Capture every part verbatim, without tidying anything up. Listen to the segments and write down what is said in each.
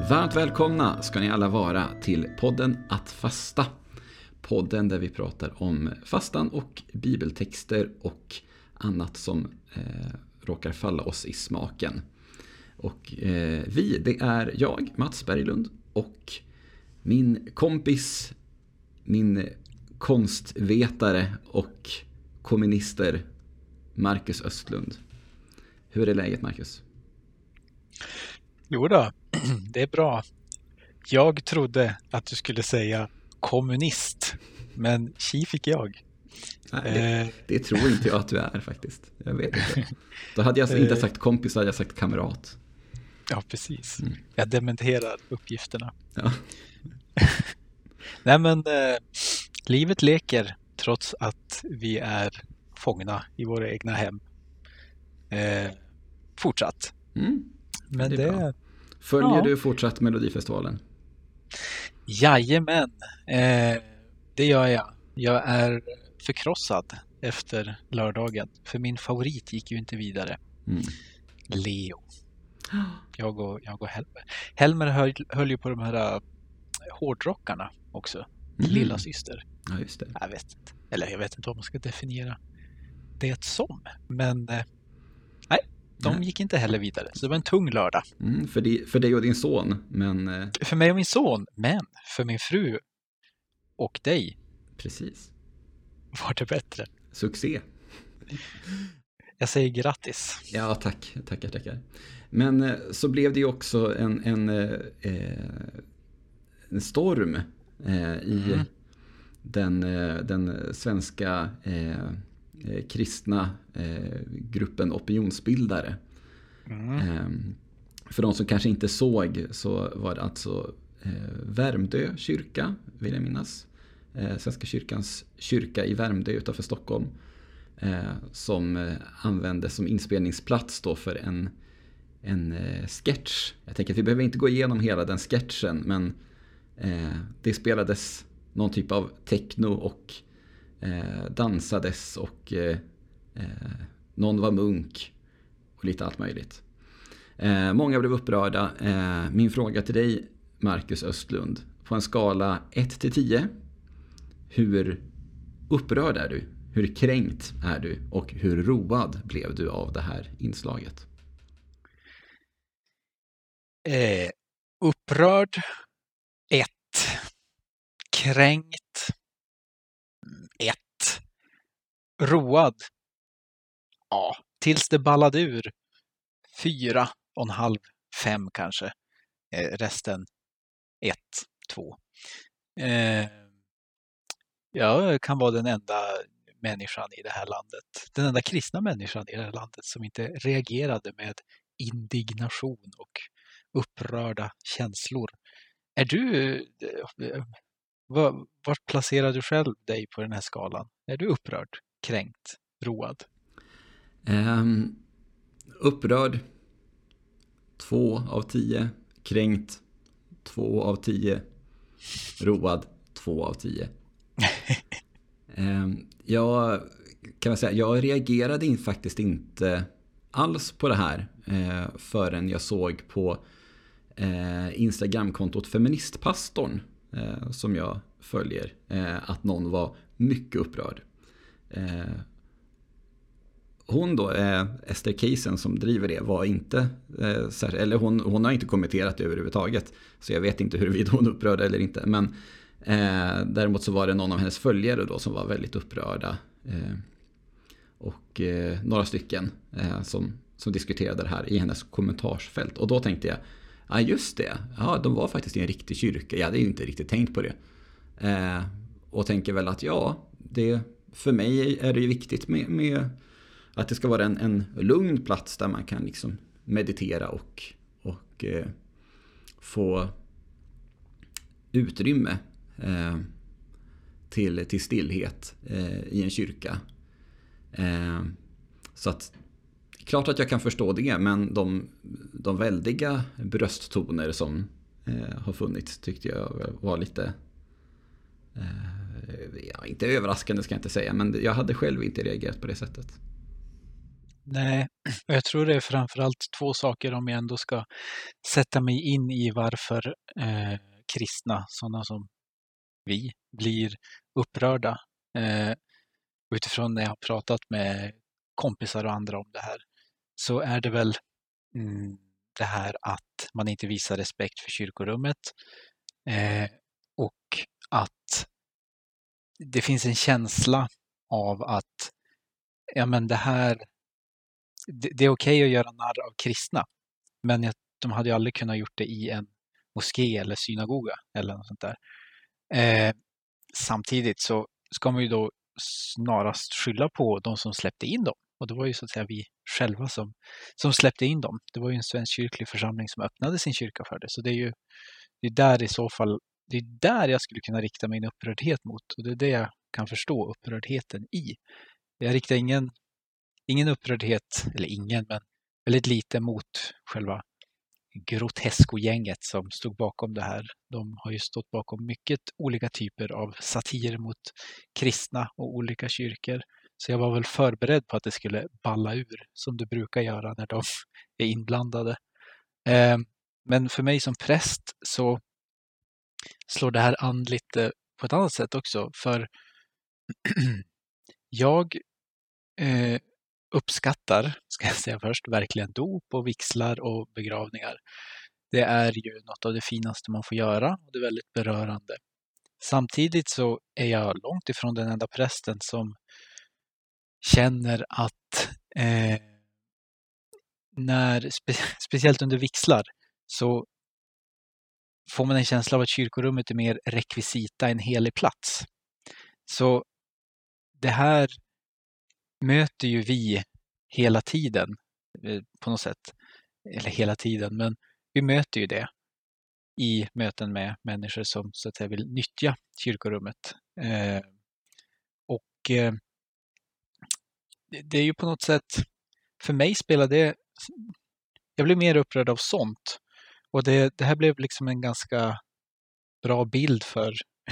Varmt välkomna ska ni alla vara till podden Att fasta. Podden där vi pratar om fastan och bibeltexter och annat som eh, råkar falla oss i smaken. Och eh, vi, det är jag, Mats Berglund, och min kompis, min konstvetare och kommunister Marcus Östlund. Hur är läget, Marcus? Jo då, det är bra. Jag trodde att du skulle säga kommunist, men tji fick jag. Nej, det, det tror inte jag att du är faktiskt. Jag vet inte. Då hade jag inte sagt kompis, då hade jag sagt kamrat. Ja, precis. Mm. Jag dementerar uppgifterna. Ja. Nej, men eh, livet leker trots att vi är fångna i våra egna hem. Eh, fortsatt. Mm. Men det, det, det Följer ja. du fortsatt Melodifestivalen? Jajamän, eh, det gör jag. Jag är förkrossad efter lördagen. För min favorit gick ju inte vidare. Mm. Leo. Jag och, jag och Helmer. Helmer höll, höll ju på de här uh, hårdrockarna också. Mm. Lilla syster. Ja, just det. Jag vet inte. Eller jag vet inte vad man ska definiera det som. Men eh, nej, de gick inte heller vidare. Så det var en tung lördag. Mm, för, di, för dig och din son. Men... Eh... För mig och min son. Men för min fru och dig. Precis. Var det bättre. Succé. Jag säger grattis. Ja, tack. Tackar, tackar. Men så blev det ju också en, en, eh, en storm eh, i mm. den, den svenska eh, kristna eh, gruppen opinionsbildare. Mm. Eh, för de som kanske inte såg så var det alltså eh, Värmdö kyrka, vill jag minnas. Eh, Svenska kyrkans kyrka i Värmdö utanför Stockholm. Eh, som eh, användes som inspelningsplats då för en, en eh, sketch. Jag tänker att vi behöver inte gå igenom hela den sketchen, men eh, det spelades någon typ av techno och eh, dansades och eh, eh, någon var munk och lite allt möjligt. Eh, många blev upprörda. Eh, min fråga till dig, Marcus Östlund, på en skala ett till tio, hur upprörd är du? Hur kränkt är du och hur road blev du av det här inslaget? Eh, upprörd ett. Kränkt ett. Road. Ja, tills det ballade ur. Fyra och en halv, fem kanske. Eh, resten ett, två. Eh, jag kan vara den enda människan i det här landet, den enda kristna människan i det här landet som inte reagerade med indignation och upprörda känslor. Är du, vart placerar du själv dig på den här skalan? Är du upprörd, kränkt, road? Um, upprörd två av tio, kränkt två av tio, road två av tio. Jag kan väl säga, jag reagerade in, faktiskt inte alls på det här eh, förrän jag såg på eh, Instagramkontot Feministpastorn eh, som jag följer eh, att någon var mycket upprörd. Eh, hon då, eh, Esther Keisen som driver det, var inte eh, särskilt, eller hon, hon har inte kommenterat det överhuvudtaget, så jag vet inte huruvida hon upprörd eller inte, men Eh, däremot så var det någon av hennes följare då som var väldigt upprörda eh, och eh, några stycken eh, som, som diskuterade det här i hennes kommentarsfält, och då tänkte jag, ja just det, ja de var faktiskt i en riktig kyrka, jag hade ju inte riktigt tänkt på det eh, och tänker väl att ja, det, för mig är det ju viktigt med, med att det ska vara en, en lugn plats där man kan liksom meditera och, och eh, få utrymme Eh, till, till stillhet eh, i en kyrka. Eh, så att klart att jag kan förstå det, men de, de väldiga brösttoner som eh, har funnits tyckte jag var lite eh, ja, inte överraskande ska jag inte säga, men jag hade själv inte reagerat på det sättet. Nej, jag tror det är framförallt två saker om jag ändå ska sätta mig in i varför eh, kristna, sådana som vi, blir upprörda. Eh, utifrån när jag har pratat med kompisar och andra om det här, så är det väl mm, det här att man inte visar respekt för kyrkorummet eh, och att det finns en känsla av att ja, men det här det, det är okej att göra narr av kristna, men jag, de hade ju aldrig kunnat gjort det i en moské eller synagoga eller något sånt där. Eh, samtidigt så ska man ju då snarast skylla på de som släppte in dem. Och det var ju så att säga vi själva som, som släppte in dem. Det var ju en svensk kyrklig församling som öppnade sin kyrka för det. Så det är ju det är där i så fall, det är där jag skulle kunna rikta min upprördhet mot. Och det är det jag kan förstå upprördheten i. Jag riktar ingen, ingen upprördhet, eller ingen, men väldigt lite mot själva Grotesco-gänget som stod bakom det här. De har ju stått bakom mycket olika typer av satir mot kristna och olika kyrkor. Så jag var väl förberedd på att det skulle balla ur, som det brukar göra när de är inblandade. Men för mig som präst så slår det här an lite på ett annat sätt också. För jag eh, uppskattar, ska jag säga först, verkligen dop och vigslar och begravningar. Det är ju något av det finaste man får göra och det är väldigt berörande. Samtidigt så är jag långt ifrån den enda prästen som känner att eh, när, spe, speciellt under vigslar, så får man en känsla av att kyrkorummet är mer rekvisita än helig plats. Så det här möter ju vi hela tiden på något sätt. Eller hela tiden, men vi möter ju det i möten med människor som så att säga vill nyttja kyrkorummet. Eh, och eh, det är ju på något sätt, för mig spelar det, jag blir mer upprörd av sånt. Och det, det här blev liksom en ganska bra bild för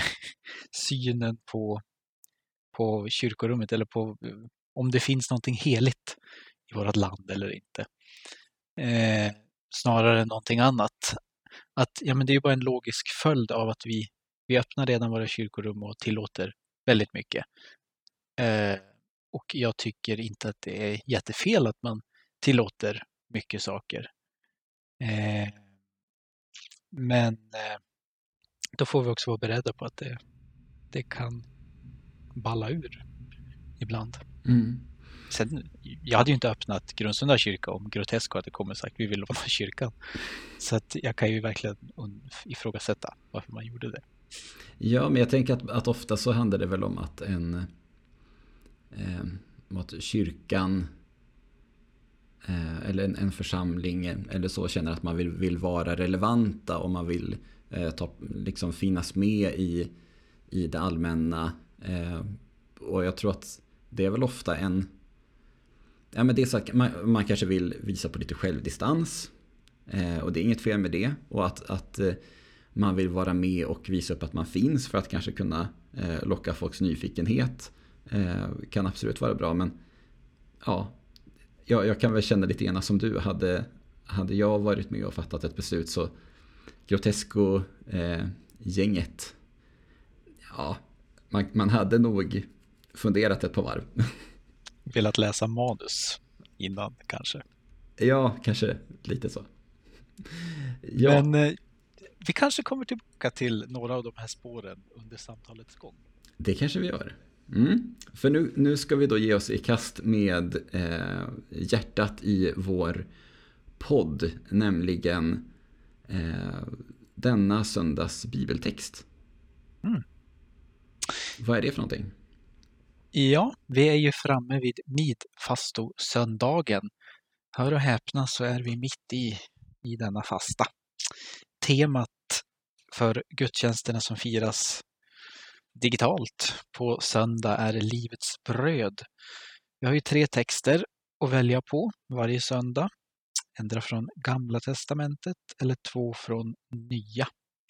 synen på, på kyrkorummet eller på om det finns någonting heligt i vårt land eller inte. Eh, snarare än någonting annat. Att, ja, men det är ju bara en logisk följd av att vi, vi öppnar redan våra kyrkorum och tillåter väldigt mycket. Eh, och jag tycker inte att det är jättefel att man tillåter mycket saker. Eh, men eh, då får vi också vara beredda på att det, det kan balla ur ibland. Mm. Sen, jag hade ju inte öppnat Grundsunda kyrka om Grotesco hade kommit och sagt vi vill låna kyrkan. Så att jag kan ju verkligen ifrågasätta varför man gjorde det. Ja, men jag tänker att, att ofta så handlar det väl om att en eh, att kyrkan eh, eller en, en församling eller så känner att man vill, vill vara relevanta och man vill eh, ta, liksom finnas med i, i det allmänna. Eh, och jag tror att det är väl ofta en ja, men det är så att man, man kanske vill visa på lite självdistans eh, och det är inget fel med det och att, att eh, man vill vara med och visa upp att man finns för att kanske kunna eh, locka folks nyfikenhet eh, kan absolut vara bra, men ja, jag, jag kan väl känna lite grann som du hade, hade jag varit med och fattat ett beslut så Grotesco eh, gänget ja, man, man hade nog funderat ett par varv. Velat läsa manus innan kanske. Ja, kanske lite så. Ja. Men eh, vi kanske kommer tillbaka till några av de här spåren under samtalets gång. Det kanske vi gör. Mm. För nu, nu ska vi då ge oss i kast med eh, hjärtat i vår podd, nämligen eh, denna söndags bibeltext. Mm. Vad är det för någonting? Ja, vi är ju framme vid midfastosöndagen. Hör och häpna så är vi mitt i, i denna fasta. Temat för gudstjänsterna som firas digitalt på söndag är livets bröd. Vi har ju tre texter att välja på varje söndag. Ändra från Gamla testamentet eller två från Nya.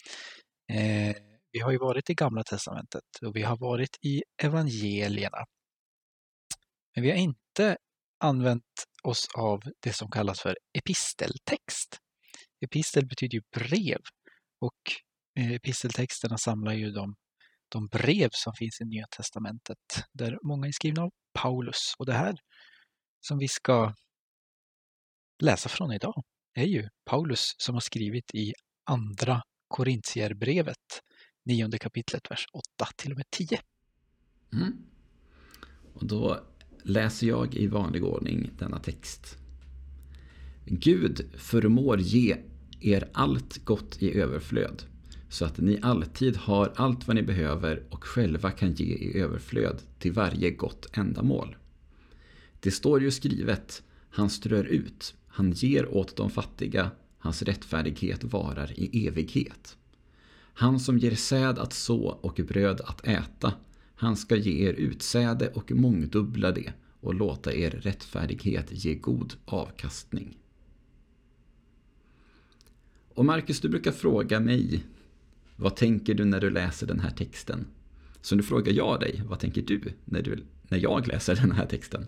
Eh, vi har ju varit i Gamla testamentet och vi har varit i evangelierna. Men vi har inte använt oss av det som kallas för episteltext. Epistel betyder ju brev och episteltexterna samlar ju de, de brev som finns i Nya testamentet där många är skrivna av Paulus. Och det här som vi ska läsa från idag är ju Paulus som har skrivit i andra Korintierbrevet, nionde kapitlet, vers åtta till och med tio. Mm. Och då läser jag i vanlig ordning denna text. Gud förmår ge er allt gott i överflöd, så att ni alltid har allt vad ni behöver och själva kan ge i överflöd till varje gott ändamål. Det står ju skrivet, han strör ut, han ger åt de fattiga, hans rättfärdighet varar i evighet. Han som ger säd att så och bröd att äta, han ska ge er utsäde och mångdubbla det och låta er rättfärdighet ge god avkastning. Och Marcus, du brukar fråga mig, vad tänker du när du läser den här texten? Så nu frågar jag dig, vad tänker du när, du, när jag läser den här texten?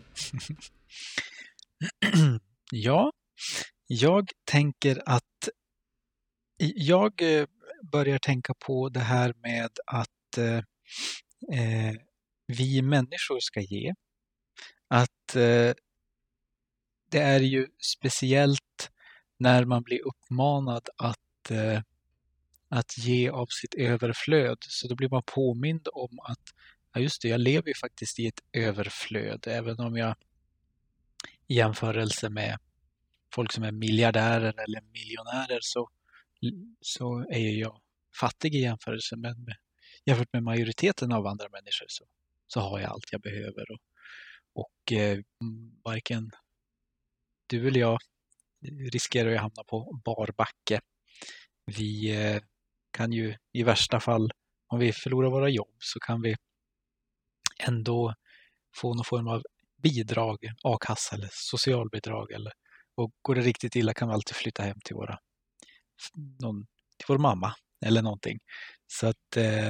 Ja, jag tänker att jag börjar tänka på det här med att eh, vi människor ska ge. Att eh, det är ju speciellt när man blir uppmanad att, eh, att ge av sitt överflöd. Så då blir man påmind om att ja just det, jag lever ju faktiskt i ett överflöd. Även om jag i jämförelse med folk som är miljardärer eller miljonärer så, så är jag fattig i jämförelse med, med, jämfört med majoriteten av andra människor så, så har jag allt jag behöver. Och, och eh, varken du eller jag riskerar att hamna på barbacke. Vi eh, kan ju i värsta fall, om vi förlorar våra jobb så kan vi ändå få någon form av bidrag, a-kassa eller socialbidrag. Eller, och går det riktigt illa kan vi alltid flytta hem till, våra, någon, till vår mamma eller någonting. Så att eh,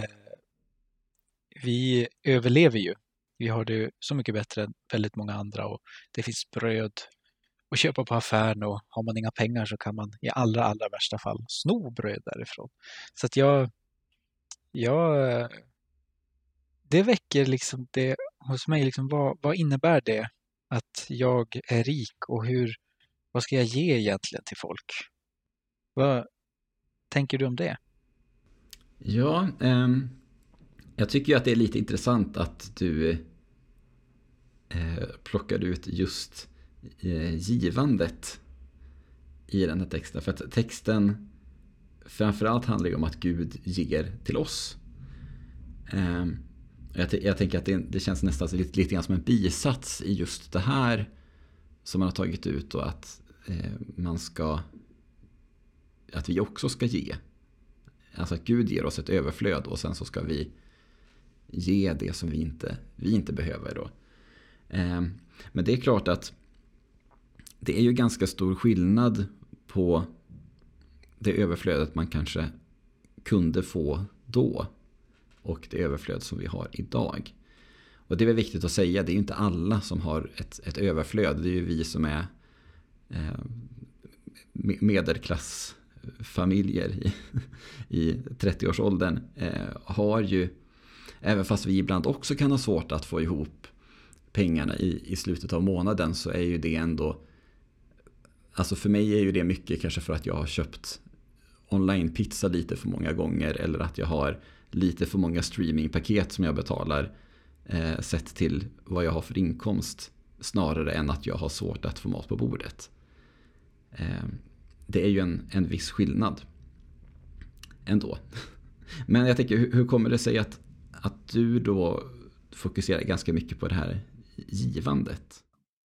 vi överlever ju. Vi har det så mycket bättre än väldigt många andra och det finns bröd att köpa på affären och har man inga pengar så kan man i allra, allra värsta fall sno bröd därifrån. Så att jag, jag det väcker liksom det hos mig, liksom, vad, vad innebär det att jag är rik och hur, vad ska jag ge egentligen till folk? Vad tänker du om det? Ja, eh, jag tycker ju att det är lite intressant att du eh, plockar ut just eh, givandet i den här texten. För att texten framförallt handlar ju om att Gud ger till oss. Eh, jag, t- jag tänker att det, det känns nästan lite, lite grann som en bisats i just det här som man har tagit ut och att eh, man ska att vi också ska ge. Alltså att Gud ger oss ett överflöd och sen så ska vi ge det som vi inte, vi inte behöver då. Eh, men det är klart att det är ju ganska stor skillnad på det överflödet man kanske kunde få då och det överflöd som vi har idag. Och det är väl viktigt att säga, det är ju inte alla som har ett, ett överflöd. Det är ju vi som är eh, medelklassfamiljer i, i trettioårsåldern eh, har ju, även fast vi ibland också kan ha svårt att få ihop pengarna i, i slutet av månaden, så är ju det ändå, alltså för mig är ju det mycket kanske för att jag har köpt online-pizza lite för många gånger eller att jag har lite för många streamingpaket som jag betalar eh, sett till vad jag har för inkomst snarare än att jag har svårt att få mat på bordet. Eh, det är ju en, en viss skillnad ändå. Men jag tänker, hur, hur kommer det sig att, att du då fokuserar ganska mycket på det här givandet?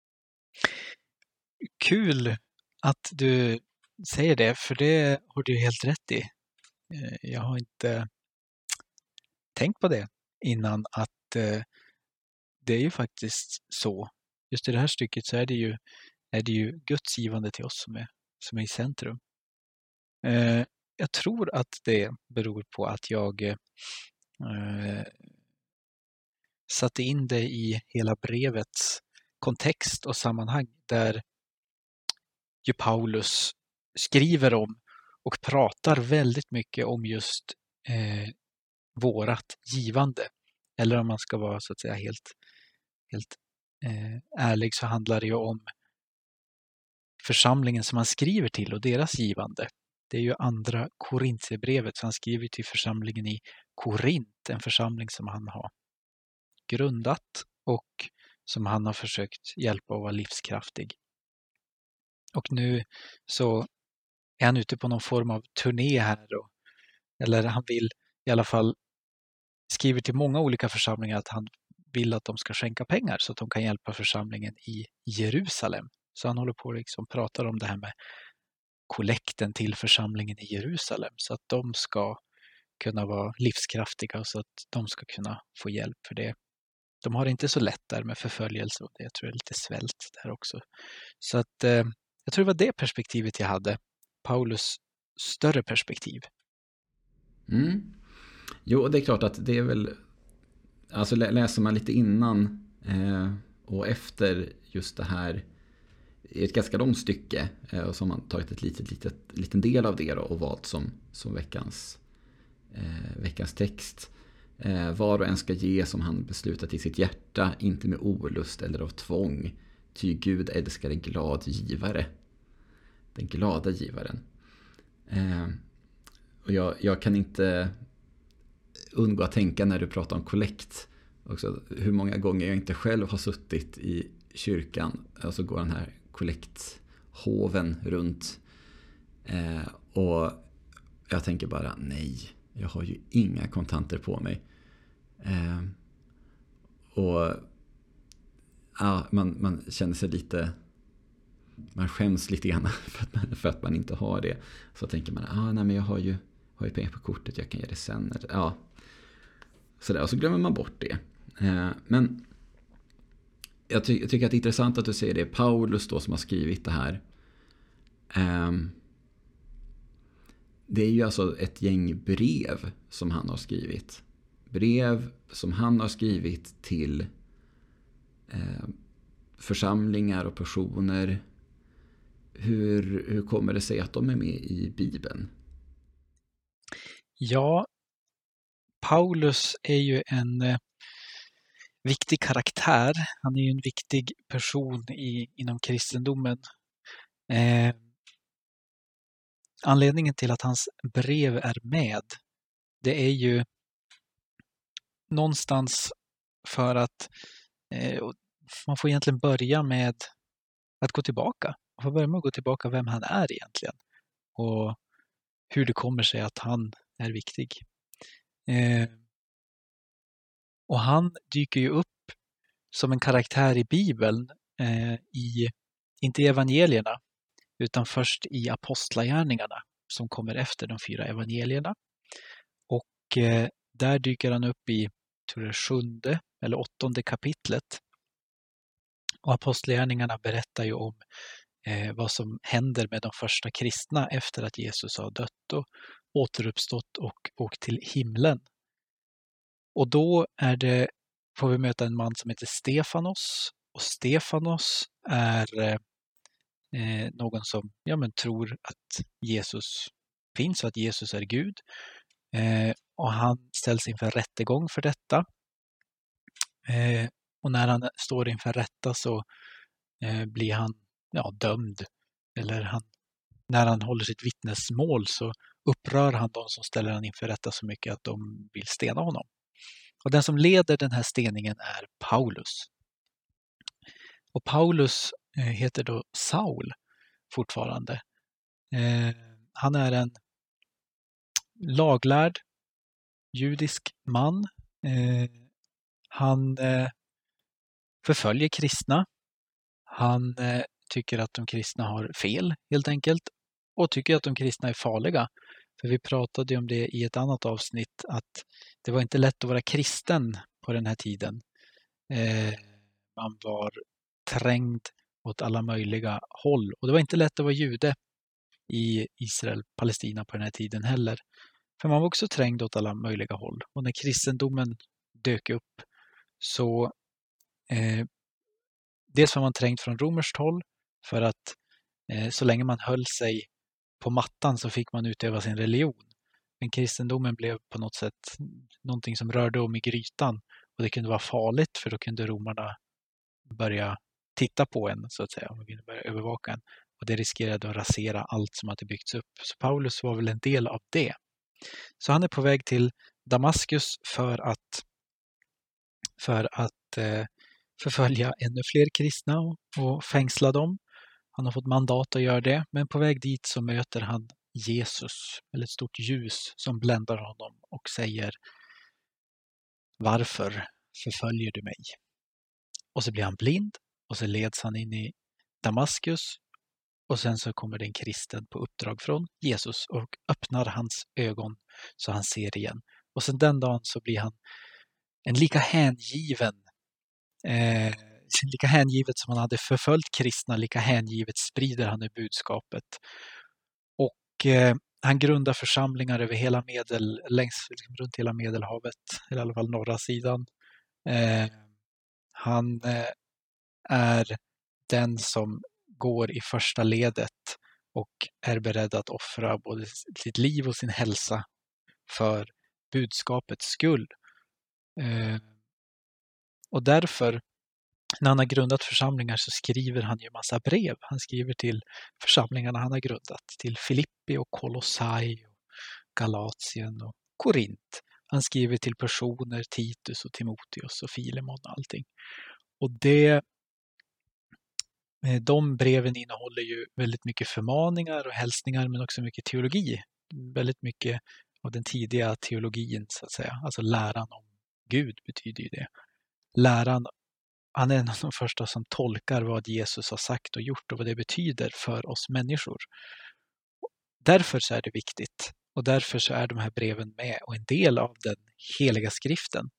Kul att du säger det, för det har du helt rätt i. Jag har inte tänkt på det innan, att eh, det är ju faktiskt så. Just i det här stycket så är det ju, är det ju Guds givande till oss som är, som är i centrum. Eh, jag tror att det beror på att jag eh, satte in det i hela brevets kontext och sammanhang där ju Paulus skriver om och pratar väldigt mycket om just eh, vårat givande. Eller om man ska vara så att säga helt, helt eh, ärlig, så handlar det ju om församlingen som han skriver till och deras givande. Det är ju andra Korintierbrevet, så han skriver till församlingen i Korint, en församling som han har grundat och som han har försökt hjälpa att vara livskraftig. Och nu så är han ute på någon form av turné här, och, eller han vill i alla fall skriver till många olika församlingar att han vill att de ska skänka pengar så att de kan hjälpa församlingen i Jerusalem. Så han håller på och liksom pratar om det här med kollekten till församlingen i Jerusalem så att de ska kunna vara livskraftiga och så att de ska kunna få hjälp för det. De har det inte så lätt där med förföljelse och det. Jag tror det är lite svält där också. Så att eh, jag tror det var det perspektivet jag hade. Paulus större perspektiv. Mm. Jo, det är klart att det är väl, alltså läser man lite innan eh, och efter just det här i ett ganska långt stycke eh, och så har man tagit ett litet, litet, liten del av det då, och valt som, som veckans, eh, veckans text. Eh, var och en ska ge som han beslutat i sitt hjärta, inte med olust eller av tvång. Ty Gud älskar en glad givare. Den glada givaren. Eh, och jag, jag kan inte undgå att tänka när du pratar om kollekt också, hur många gånger jag inte själv har suttit i kyrkan och så går den här kollekthoven runt eh, och jag tänker bara nej, jag har ju inga kontanter på mig eh, och ja, man, man känner sig lite, man skäms lite grann för att man, för att man inte har det, så tänker man ah, nej men jag har ju, har ju pengar på kortet, jag kan ge det sen, ja. Så, där, och så glömmer man bort det. Eh, men jag, ty- jag tycker att det är intressant att du säger det. Paulus då som har skrivit det här. Eh, det är ju alltså ett gäng brev som han har skrivit. Brev som han har skrivit till eh, församlingar och personer. Hur, hur kommer det sig att de är med i Bibeln? Ja, Paulus är ju en eh, viktig karaktär. Han är ju en viktig person i, inom kristendomen. Eh, anledningen till att hans brev är med, det är ju någonstans för att eh, man får egentligen börja med att gå tillbaka. Man får börja med att gå tillbaka vem han är egentligen och hur det kommer sig att han är viktig. Eh, och han dyker ju upp som en karaktär i Bibeln, eh, i, inte i evangelierna, utan först i apostlagärningarna som kommer efter de fyra evangelierna. Och eh, där dyker han upp i, tror jag, sjunde eller åttonde kapitlet. Och apostlagärningarna berättar ju om eh, vad som händer med de första kristna efter att Jesus har dött och återuppstått och åkt till himlen. Och då är det, får vi möta en man som heter Stefanos. Och Stefanos är eh, någon som ja, men tror att Jesus finns och att Jesus är Gud. Eh, och han ställs inför rättegång för detta. Eh, och när han står inför rätta så eh, blir han ja, dömd. Eller han, när han håller sitt vittnesmål så upprör han de som ställer han inför rätta så mycket att de vill stena honom. Och den som leder den här steningen är Paulus. Och Paulus eh, heter då Saul fortfarande. Eh, han är en laglärd judisk man. Eh, han eh, förföljer kristna. Han eh, tycker att de kristna har fel helt enkelt och tycker att de kristna är farliga. För vi pratade om det i ett annat avsnitt att det var inte lätt att vara kristen på den här tiden. Eh, man var trängd åt alla möjliga håll och det var inte lätt att vara jude i Israel, Palestina på den här tiden heller. För man var också trängd åt alla möjliga håll. Och när kristendomen dök upp så eh, dels var man trängd från romerskt håll för att eh, så länge man höll sig på mattan så fick man utöva sin religion. Men kristendomen blev på något sätt någonting som rörde om i grytan och det kunde vara farligt för då kunde romarna börja titta på en så att säga och börja övervaka en. Och det riskerade att rasera allt som hade byggts upp. Så Paulus var väl en del av det. Så han är på väg till Damaskus för att, för att eh, förfölja ännu fler kristna och, och fängsla dem. Han har fått mandat att göra det. Men på väg dit så möter han Jesus, eller ett stort ljus som bländar honom och säger: varför förföljer du mig? Och så blir han blind och så leds han in i Damaskus. Och sen så kommer det en kristen på uppdrag från Jesus och öppnar hans ögon så han ser igen. Och sen den dagen så blir han en lika hängiven, eh, lika hängivet som han hade förföljt kristna, lika hängivet sprider han det budskapet. Och eh, han grundar församlingar över hela medel, längs liksom, runt hela Medelhavet, eller i alla fall norra sidan. Eh, han eh, är den som går i första ledet och är beredd att offra både sitt liv och sin hälsa för budskapets skull. Eh, och därför, när han har grundat församlingar så skriver han ju massa brev. Han skriver till församlingarna han har grundat, till Filippi och Kolossai, och Galatien och Korint. Han skriver till personer, Titus och Timoteus och Filemon och allting. Och det De breven innehåller ju väldigt mycket förmaningar och hälsningar men också mycket teologi. Väldigt mycket av den tidiga teologin så att säga. Alltså läran om Gud betyder ju det. Läran, han är en av de första som tolkar vad Jesus har sagt och gjort och vad det betyder för oss människor. Därför så är det viktigt och därför så är de här breven med och en del av den heliga skriften.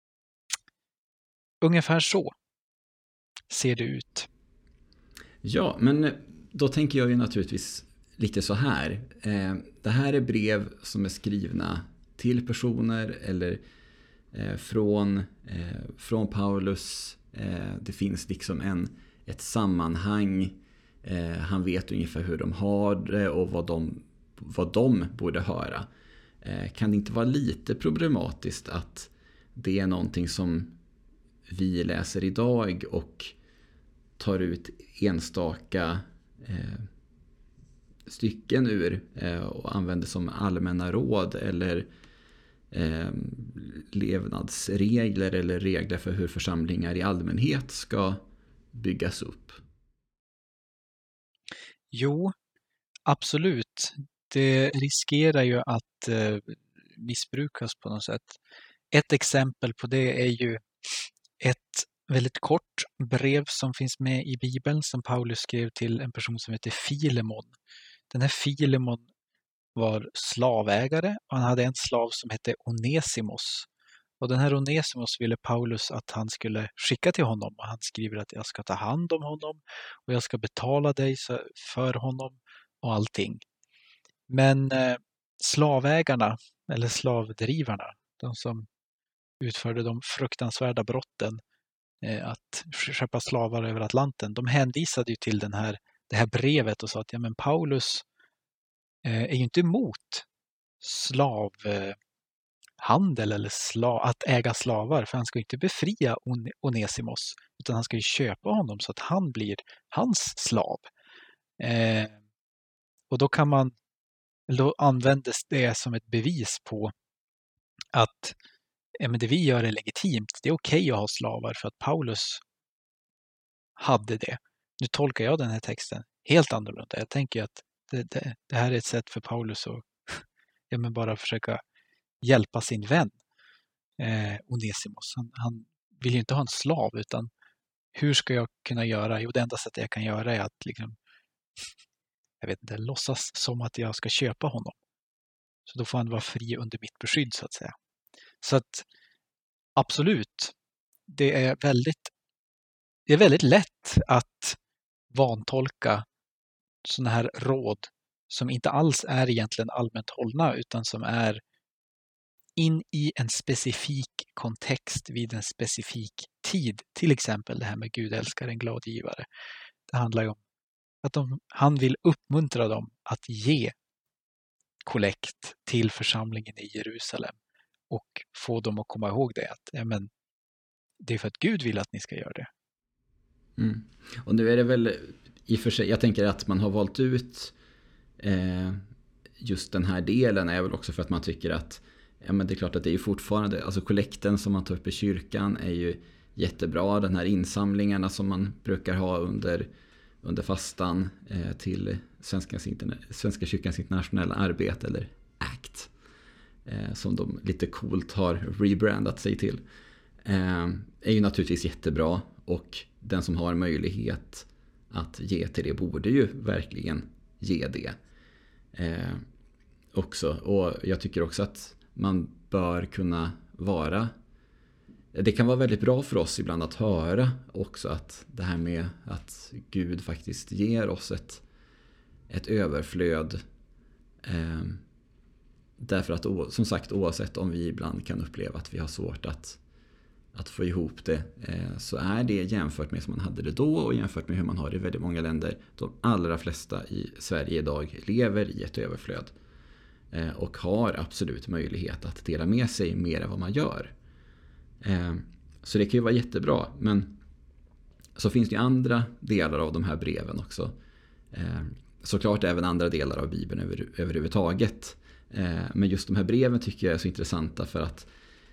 Ungefär så ser det ut. Ja, men då tänker jag ju naturligtvis lite så här. Eh, det här är brev som är skrivna till personer eller eh, från, eh, från Paulus. Eh, det finns liksom en, ett sammanhang. Eh, han vet ungefär hur de har det och vad de, vad de borde höra. Eh, kan det inte vara lite problematiskt att det är någonting som vi läser idag och tar ut enstaka eh, stycken ur eh, och använder som allmänna råd eller eh, levnadsregler eller regler för hur församlingar i allmänhet ska byggas upp? Jo, absolut. Det riskerar ju att eh, missbrukas på något sätt. Ett exempel på det är ju ett väldigt kort brev som finns med i Bibeln som Paulus skrev till en person som heter Filemon. Den här Filemon var slavägare och han hade en slav som hette Onesimos. Och den här Onesimos ville Paulus att han skulle skicka till honom och han skriver att jag ska ta hand om honom och jag ska betala dig för honom och allting. Men eh, slavägarna eller slavdrivarna, de som utförde de fruktansvärda brotten att köpa slavar över Atlanten. De hänvisade ju till den här, det här brevet och sa att ja, men Paulus eh, är ju inte emot slavhandel eller slav, att äga slavar för han ska ju inte befria Onesimos utan han ska ju köpa honom så att han blir hans slav. Eh, och då kan man då användes det som ett bevis på att ja, men det vi gör är legitimt. Det är okej att ha slavar för att Paulus hade det. Nu tolkar jag den här texten helt annorlunda. Jag tänker att det, det, det här är ett sätt för Paulus att ja, men bara försöka hjälpa sin vän eh, Onesimos. Han, han vill ju inte ha en slav utan hur ska jag kunna göra? Jo, det enda sättet jag kan göra är att liksom, jag vet inte, låtsas som att jag ska köpa honom. Så då får han vara fri under mitt beskydd så att säga. Så att absolut, det är väldigt, det är väldigt lätt att vantolka sådana här råd som inte alls är egentligen allmänt hållna utan som är in i en specifik kontext vid en specifik tid. Till exempel det här med Gud älskar en glad givare. Det handlar ju om att de, han vill uppmuntra dem att ge kollekt till församlingen i Jerusalem och få dem att komma ihåg det. Att, ja, men, det är för att Gud vill att ni ska göra det. Mm. Och nu är det väl i och för sig, jag tänker att man har valt ut eh, just den här delen är väl också för att man tycker att ja, men det är klart att det är ju fortfarande, alltså kollekten som man tar upp i kyrkan är ju jättebra. Den här insamlingarna som man brukar ha under, under fastan eh, till Svenska, Svenska kyrkans internationella arbete, eller A C T, eh, som de lite coolt har rebrandat sig till, eh, är ju naturligtvis jättebra, och den som har möjlighet att ge till det borde ju verkligen ge det eh, också. Och jag tycker också att man bör kunna vara, det kan vara väldigt bra för oss ibland att höra också att det här med att Gud faktiskt ger oss ett, ett överflöd, eh, därför att som sagt, oavsett om vi ibland kan uppleva att vi har svårt att att få ihop det, eh, så är det jämfört med som man hade det då och jämfört med hur man har det i väldigt många länder, de allra flesta i Sverige idag lever i ett överflöd eh, och har absolut möjlighet att dela med sig mer än vad man gör. Eh, så det kan ju vara jättebra, men så finns det ju andra delar av de här breven också. Eh, såklart även andra delar av Bibeln över, överhuvudtaget. Eh, men just de här breven tycker jag är så intressanta för att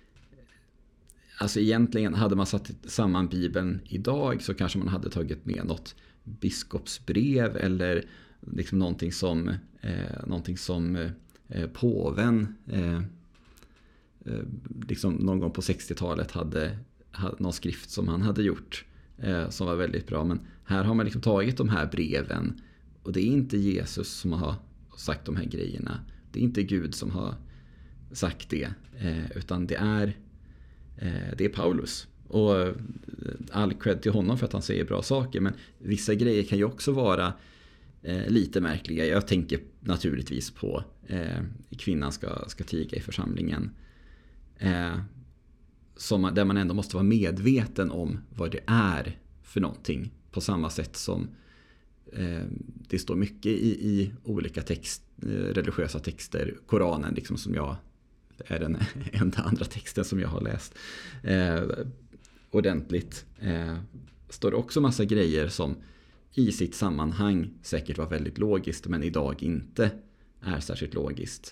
alltså egentligen hade man satt samman Bibeln idag så kanske man hade tagit med något biskopsbrev eller liksom någonting som, eh, någonting som eh, påven eh, eh, liksom någon gång på sextiotalet hade, hade någon skrift som han hade gjort eh, som var väldigt bra. Men här har man liksom tagit de här breven, och det är inte Jesus som har sagt de här grejerna. Det är inte Gud som har sagt det, eh, utan det är Det är Paulus, och all cred till honom för att han säger bra saker, men vissa grejer kan ju också vara eh, lite märkliga. Jag tänker naturligtvis på eh, kvinnan ska, ska tiga i församlingen, eh, som, där man ändå måste vara medveten om vad det är för någonting, på samma sätt som eh, det står mycket i, i olika text, eh, religiösa texter, Koranen liksom, som jag är den enda andra texten som jag har läst eh, ordentligt. Eh, står det också massa grejer som i sitt sammanhang säkert var väldigt logiskt, men idag inte är särskilt logiskt.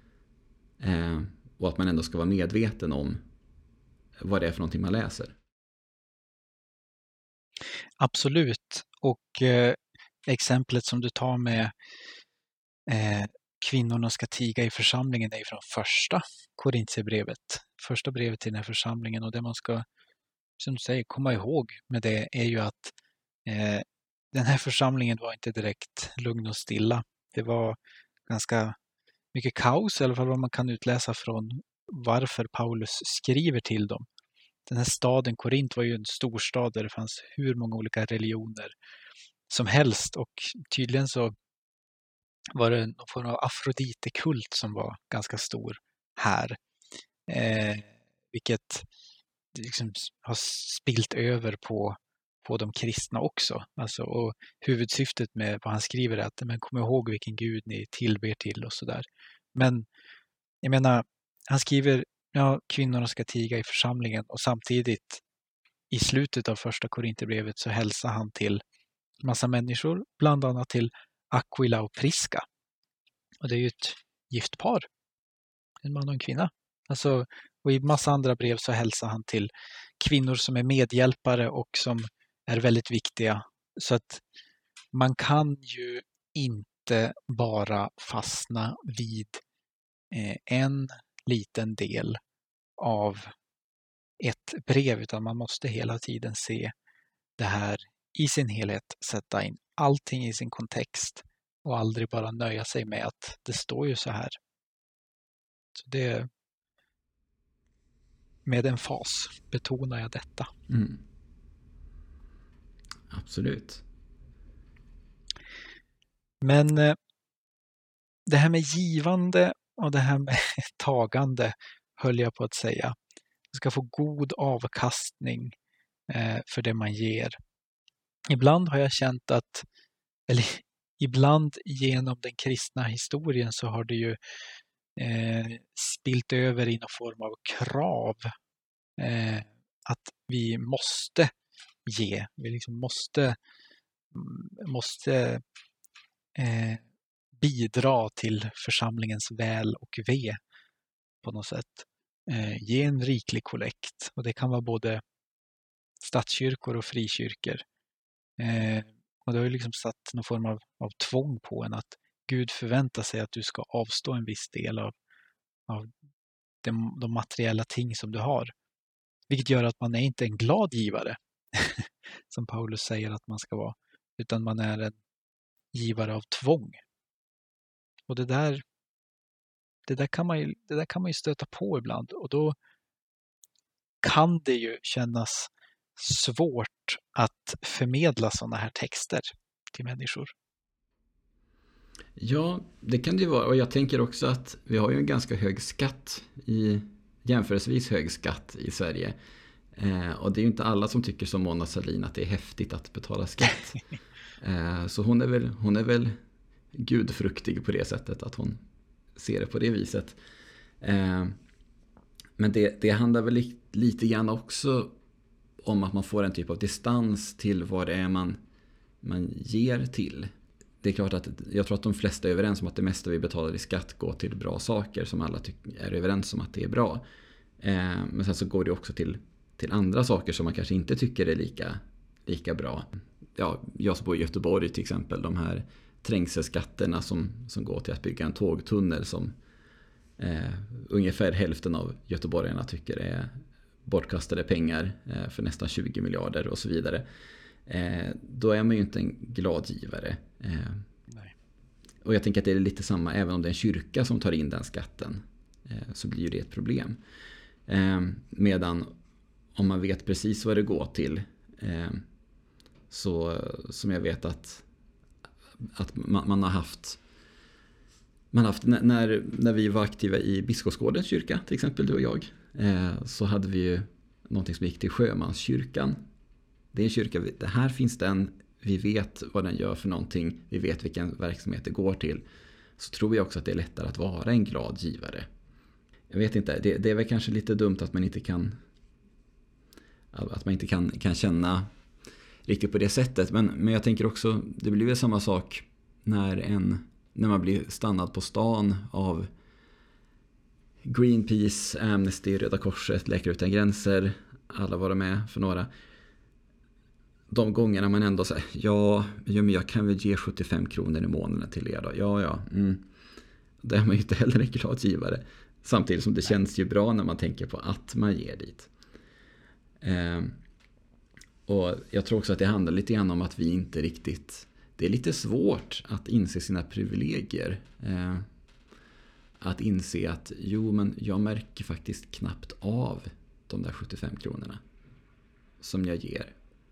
Eh, och att man ändå ska vara medveten om vad det är för någonting man läser. Absolut. Och eh, exemplet som du tar med eh, kvinnorna ska tiga i församlingen är ju från första Korintierbrevet. Första brevet till den här församlingen, och det man ska, som du säger, komma ihåg med det är ju att eh, den här församlingen var inte direkt lugn och stilla. Det var ganska mycket kaos, i alla fall vad man kan utläsa från varför Paulus skriver till dem. Den här staden Korint var ju en storstad där det fanns hur många olika religioner som helst, och tydligen så var det någon form av Afrodite-kult som var ganska stor här. Eh, vilket liksom har spilt över på, på de kristna också. Alltså, och huvudsyftet med vad han skriver är att men kom ihåg vilken gud ni tillber till och sådär. Men jag menar, han skriver ja, kvinnorna ska tiga i församlingen, och samtidigt i slutet av första Korinthierbrevet så hälsar han till massa människor, bland annat till Aquila och Prisca. Och det är ju ett gift par. En man och en kvinna. Alltså, och i massa andra brev så hälsar han till kvinnor som är medhjälpare och som är väldigt viktiga. Så att man kan ju inte bara fastna vid eh, en liten del av ett brev, utan man måste hela tiden se det här i sin helhet, sätta in allting i sin kontext och aldrig bara nöja sig med att det står ju så här. Så det, med en fas betonar jag detta. Mm. Absolut. Men det här med givande och det här med tagande höll jag på att säga. Man ska få god avkastning eh, för det man ger. Ibland har jag känt att, eller ibland genom den kristna historien så har det ju eh, spilt över i någon form av krav. Eh, att vi måste ge, vi liksom måste, måste eh, bidra till församlingens väl och ve på något sätt. Eh, ge en riklig kollekt, och det kan vara både statskyrkor och frikyrkor. Eh, och det har ju liksom satt någon form av, av tvång på en att Gud förväntar sig att du ska avstå en viss del av, av de, de materiella ting som du har. Vilket gör att man är inte en glad givare, som Paulus säger att man ska vara, utan man är en givare av tvång. Och det där, det där kan man ju, det där kan man ju stöta på ibland, och då kan det ju kännas svårt att förmedla sådana här texter till människor. Ja, det kan det ju vara. Och jag tänker också att vi har ju en ganska hög skatt, i jämförelsevis hög skatt i Sverige. Eh, och det är ju inte alla som tycker som Mona Sahlin att det är häftigt att betala skatt. eh, så hon är väl, hon är väl gudfruktig på det sättet att hon ser det på det viset. Eh, men det, det handlar väl li, lite grann också om att man får en typ av distans till vad det är man, man ger till. Det är klart att jag tror att de flesta är överens om att det mesta vi betalar i skatt går till bra saker som alla tycker är överens om att det är bra. Eh, men sen så går det också till, till andra saker som man kanske inte tycker är lika, lika bra. Ja, jag som bor i Göteborg till exempel, de här trängselskatterna som, som går till att bygga en tågtunnel som eh, ungefär hälften av göteborgarna tycker är bortkastade pengar eh, för nästan tjugo miljarder och så vidare. Eh, då är man ju inte en glad givare. Eh, Nej. Och jag tänker att det är lite samma, även om det är en kyrka som tar in den skatten, eh, så blir det ett problem. Eh, medan om man vet precis vad det går till, eh, så som jag vet att, att man, man har haft man har haft när, när vi var aktiva i Biskopsgårdens kyrka, till exempel du och jag, eh, så hade vi ju någonting som gick till Sjömanskyrkan. Det är en kyrka, det här finns den, vi vet vad den gör för någonting, vi vet vilken verksamhet det går till. Så tror jag också att det är lättare att vara en glad givare. Jag vet inte, det, det är väl kanske lite dumt att man inte kan att man inte kan, kan känna riktigt på det sättet. Men, men jag tänker också, det blir väl samma sak när, en, när man blir stannad på stan av Greenpeace, Amnesty, Röda Korset, Läkare Utan Gränser, alla var med för några. De gångerna man ändå säger, ja, ja men jag kan väl ge sjuttiofem kronor i månaden till er då. Ja, ja. Mm. Det är man ju inte heller en glad givare. Samtidigt som det känns ju bra när man tänker på att man ger dit. Eh, och jag tror också att det handlar lite grann om att vi inte riktigt... Det är lite svårt att inse sina privilegier. Eh, att inse att, jo men jag märker faktiskt knappt av de där sjuttiofem kronorna som jag ger.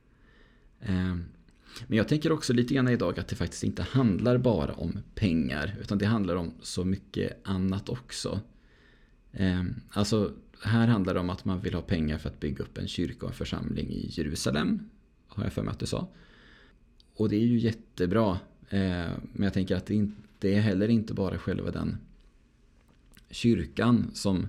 Men jag tänker också lite grann idag att det faktiskt inte handlar bara om pengar, utan det handlar om så mycket annat också. Alltså här handlar det om att man vill ha pengar för att bygga upp en kyrka och en församling i Jerusalem, har jag för mig att du sa. Och det är ju jättebra, men jag tänker att det inte är heller inte bara själva den kyrkan som,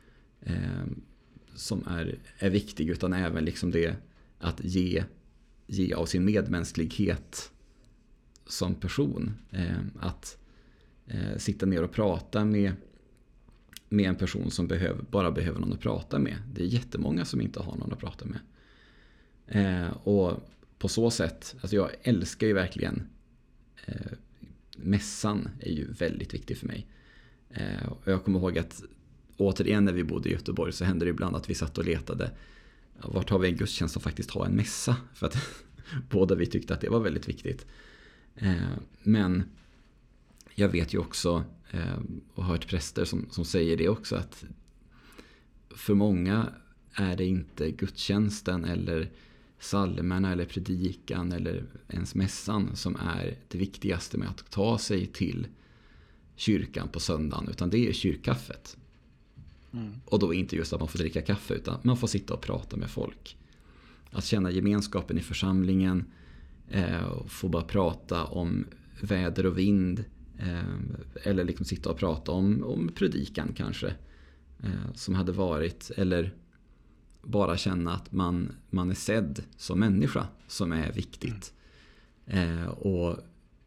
som är, är viktig, utan även liksom det att ge ge av sin medmänsklighet som person. Eh, att eh, sitta ner och prata med, med en person som behöver, bara behöver någon att prata med. Det är jättemånga som inte har någon att prata med. Eh, och på så sätt, alltså jag älskar ju verkligen eh, mässan är ju väldigt viktig för mig. Eh, och jag kommer ihåg att återigen när vi bodde i Göteborg så hände det ibland att vi satt och letade vart har vi en gudstjänst som faktiskt har en mässa, för att båda vi tyckte att det var väldigt viktigt. Eh, men jag vet ju också eh, och har hört präster som, som säger det också, att för många är det inte gudstjänsten eller psalmerna eller predikan eller ens mässan som är det viktigaste med att ta sig till kyrkan på söndagen, utan det är kyrkkaffet. Mm. Och då inte just att man får dricka kaffe, utan man får sitta och prata med folk. Att känna gemenskapen i församlingen, eh, och få bara prata om väder och vind, eh, eller liksom sitta och prata om, om predikan kanske, eh, som hade varit, eller bara känna att man, man är sedd som människa, som är viktigt. Mm. Eh, och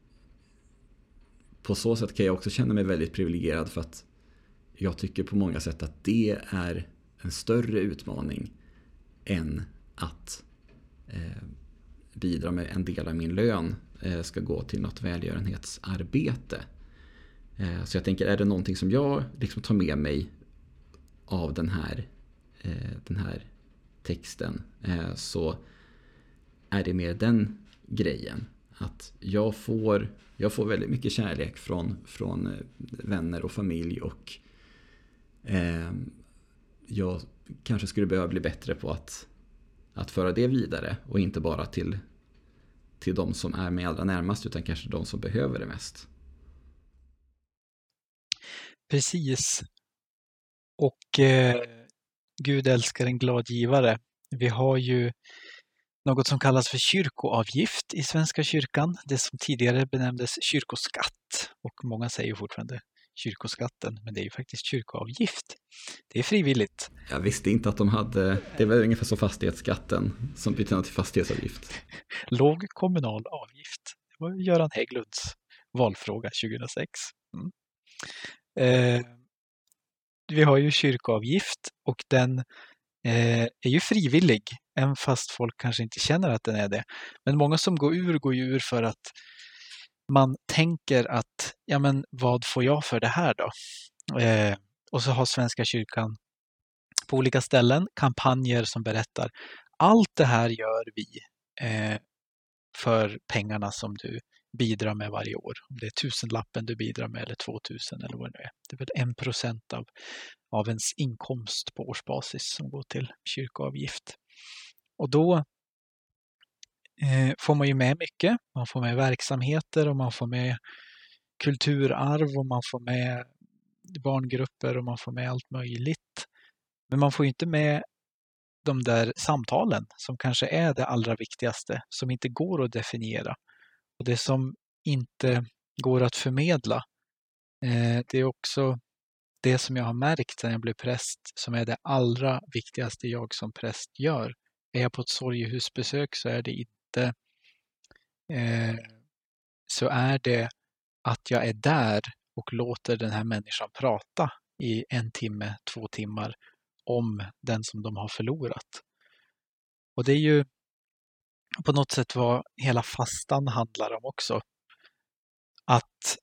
på så sätt kan jag också känna mig väldigt privilegierad, för att jag tycker på många sätt att det är en större utmaning än att eh, bidra med en del av min lön eh, ska gå till något välgörenhetsarbete. Eh, så jag tänker, är det någonting som jag liksom tar med mig av den här, eh, den här texten, eh, så är det mer den grejen. Att jag får, jag får väldigt mycket kärlek från, från vänner och familj, och eh, jag kanske skulle behöva bli bättre på att, att föra det vidare, och inte bara till, till de som är mig allra närmast, utan kanske de som behöver det mest. Precis. Och eh, Gud älskar en glad givare. Vi har ju något som kallas för kyrkoavgift i Svenska kyrkan. Det som tidigare benämndes kyrkoskatt. Och många säger fortfarande kyrkoskatten, men det är ju faktiskt kyrkoavgift. Det är frivilligt. Jag visste inte att de hade, det var ungefär som fastighetsskatten som bytte till fastighetsavgift. Låg kommunal avgift. Det var Göran Hägglunds valfråga tjugohundrasex. Mm. Eh, vi har ju kyrkoavgift, och den eh, är ju frivillig, även fast folk kanske inte känner att den är det. Men många som går ur går ju ur för att man tänker att, ja men vad får jag för det här då? Eh, och så har Svenska kyrkan på olika ställen kampanjer som berättar, allt det här gör vi eh, för pengarna som du bidrar med varje år. Om det är tusenlappen du bidrar med, eller tvåtusen eller vad det är. Det är väl en procent av, av ens inkomst på årsbasis som går till kyrkoavgift. Och då eh, får man ju med mycket. Man får med verksamheter, och man får med kulturarv, och man får med barngrupper, och man får med allt möjligt. Men man får ju inte med de där samtalen som kanske är det allra viktigaste, som inte går att definiera. Och det som inte går att förmedla, eh, det är också det som jag har märkt sedan jag blev präst, som är det allra viktigaste jag som präst gör. Är jag på ett sorgehusbesök, så är det inte eh, så är det att jag är där och låter den här människan prata i en timme, två timmar om den som de har förlorat. Och det är ju på något sätt vad hela fastan handlar om också. Att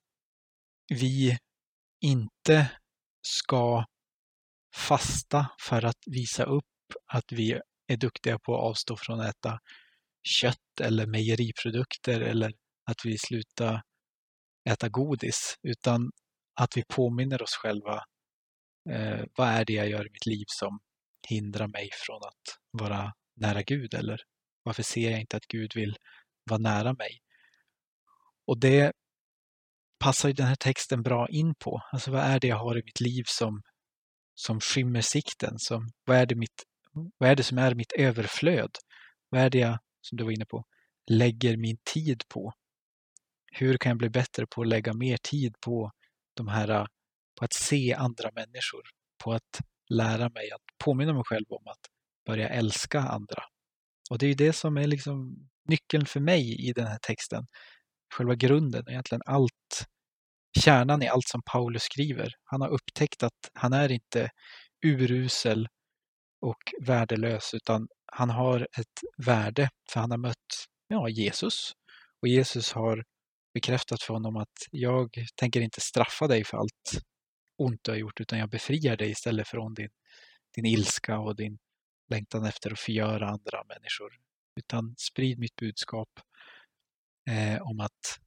vi inte ska fasta för att visa upp att vi är duktiga på att avstå från att äta kött eller mejeriprodukter, eller att vi slutar äta godis, utan att vi påminner oss själva, eh, vad är det jag gör i mitt liv som hindrar mig från att vara nära Gud, eller varför ser jag inte att Gud vill vara nära mig? Och det passar ju den här texten bra in på. Alltså vad är det jag har i mitt liv som, som skymmer sikten? Som, vad, är det mitt, vad är det som är mitt överflöd? Vad är det jag, som du var inne på, lägger min tid på? Hur kan jag bli bättre på att lägga mer tid på de här, på att se andra människor, på att lära mig att påminna mig själv om att börja älska andra. Och det är ju det som är liksom nyckeln för mig i den här texten. Själva grunden, egentligen allt, kärnan i allt som Paulus skriver. Han har upptäckt att han är inte urusel och värdelös, utan han har ett värde, för han har mött ja, Jesus. Och Jesus har bekräftat för honom att jag tänker inte straffa dig för allt ont du har gjort, utan jag befriar dig istället från din, din ilska och din längtan efter att förgöra andra människor. Utan sprid mitt budskap eh, om att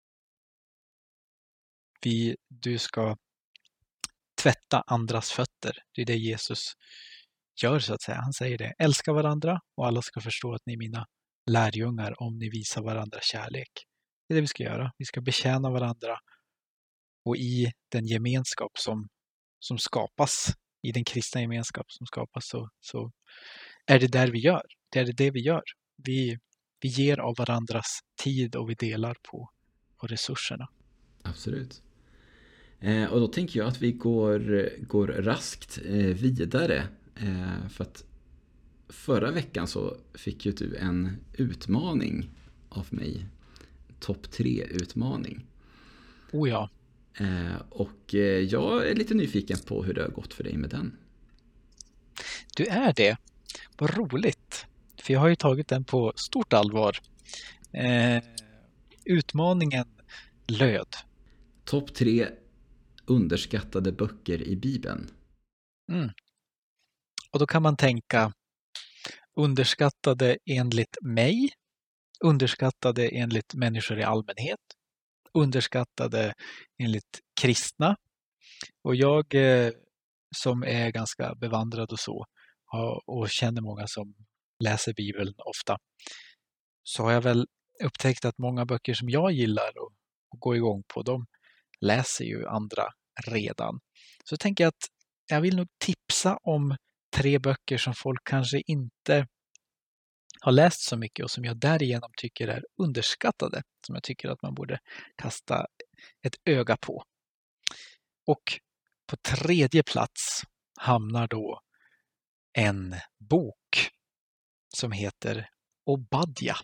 vi, du ska tvätta andras fötter. Det är det Jesus gör, så att säga. Han säger det. Älska varandra, och alla ska förstå att ni är mina lärjungar om ni visar varandra kärlek. Det är det vi ska göra. Vi ska betjäna varandra, och i den gemenskap som, som skapas i den kristna gemenskap som skapas så, så är det där vi gör. Det är det vi gör. Vi, vi ger av varandras tid och vi delar på, på resurserna. Absolut. Eh, och då tänker jag att vi går, går raskt eh, vidare. Eh, för att förra veckan så fick ju du en utmaning av mig. Topp tre-utmaning. Oh ja. Eh, och eh, jag är lite nyfiken på hur det har gått för dig med den. Du är det. Vad roligt. För jag har ju tagit den på stort allvar. Eh, utmaningen löd. Topp tre underskattade böcker i Bibeln. Mm. Och då kan man tänka underskattade enligt mig, underskattade enligt människor i allmänhet, underskattade enligt kristna. Och jag eh, som är ganska bevandrad och så och känner många som läser Bibeln ofta, så har jag väl upptäckt att många böcker som jag gillar och, och går igång på, de läser ju andra redan. Så tänker jag att jag vill nog tipsa om tre böcker som folk kanske inte har läst så mycket och som jag därigenom tycker är underskattade. Som jag tycker att man borde kasta ett öga på. Och på tredje plats hamnar då en bok som heter Obadja.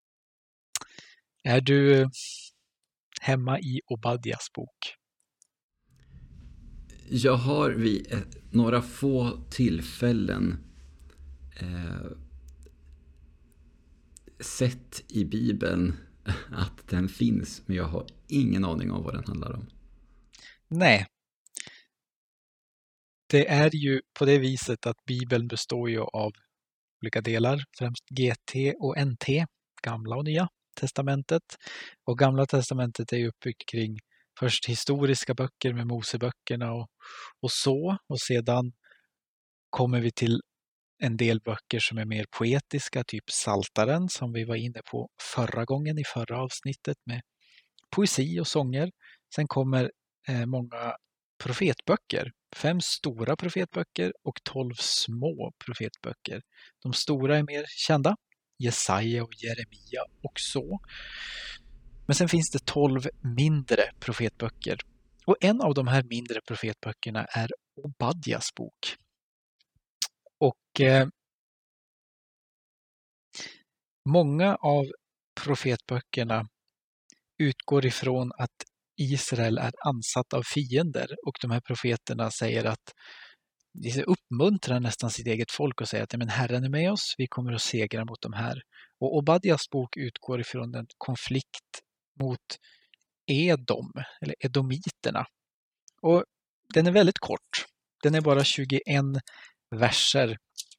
Är du hemma i Obadjas bok? Jag har vid ett, några få tillfällen eh, sett i Bibeln att den finns, men jag har ingen aning om vad den handlar om. Nej. Det är ju på det viset att Bibeln består ju av olika delar, främst G T och N T, gamla och nya testamentet. Och gamla testamentet är ju uppbyggt kring först historiska böcker med Moseböckerna och, och så. Och sedan kommer vi till en del böcker som är mer poetiska, typ Psaltaren som vi var inne på förra gången i förra avsnittet med poesi och sånger. Sen kommer eh, många profetböcker. Fem stora profetböcker och tolv små profetböcker. De stora är mer kända. Jesaja och Jeremia och så. Men sen finns det tolv mindre profetböcker. Och en av de här mindre profetböckerna är Obadjas bok. Och eh, många av profetböckerna utgår ifrån att Israel är ansatt av fiender och de här profeterna säger att de uppmuntrar nästan sitt eget folk och säger att men Herren är med oss, vi kommer att segra mot de här. Och Obadjas bok utgår ifrån en konflikt mot Edom, eller edomiterna. Och den är väldigt kort. Den är bara tjugoen verser.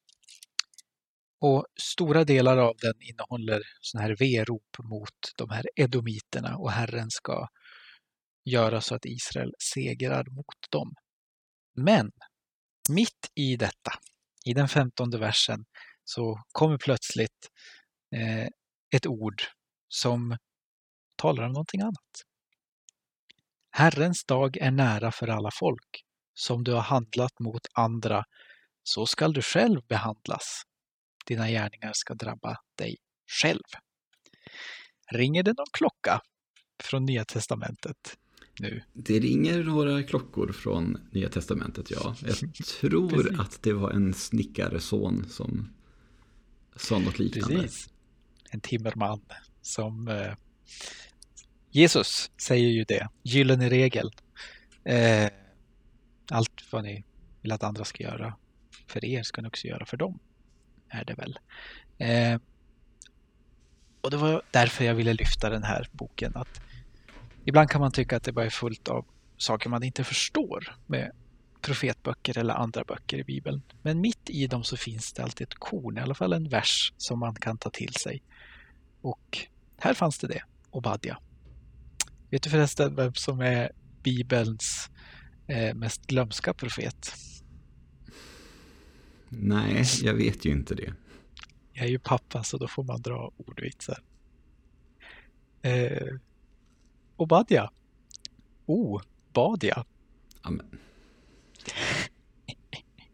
Och stora delar av den innehåller såna här verop mot de här edomiterna och Herren ska göra så att Israel segrar mot dem. Men mitt i detta, i den femtonde versen, så kommer plötsligt eh, ett ord som talar om någonting annat. Herrens dag är nära för alla folk. Som du har handlat mot andra, så skall du själv behandlas. Dina gärningar ska drabba dig själv. Ringer det någon klocka från Nya testamentet nu? Det ringer några klockor från Nya testamentet, ja. Jag tror att det var en snickarson som sa något liknande. Precis. En timmerman som eh, Jesus säger ju det. Gyllene regel. Eh, allt vad ni vill att andra ska göra för er ska ni också göra för dem. Är det väl. Eh, och det var därför jag ville lyfta den här boken. Att ibland kan man tycka att det bara är fullt av saker man inte förstår med profetböcker eller andra böcker i Bibeln. Men mitt i dem så finns det alltid ett korn, i alla fall en vers som man kan ta till sig. Och här fanns det det, Obadja. Vet du förresten vem som är Bibelns eh, mest glömska profet? Nej, jag vet ju inte det. Jag är ju pappa så då får man dra ordvitsar. Eh, Obadja. Oh, Badja. Amen.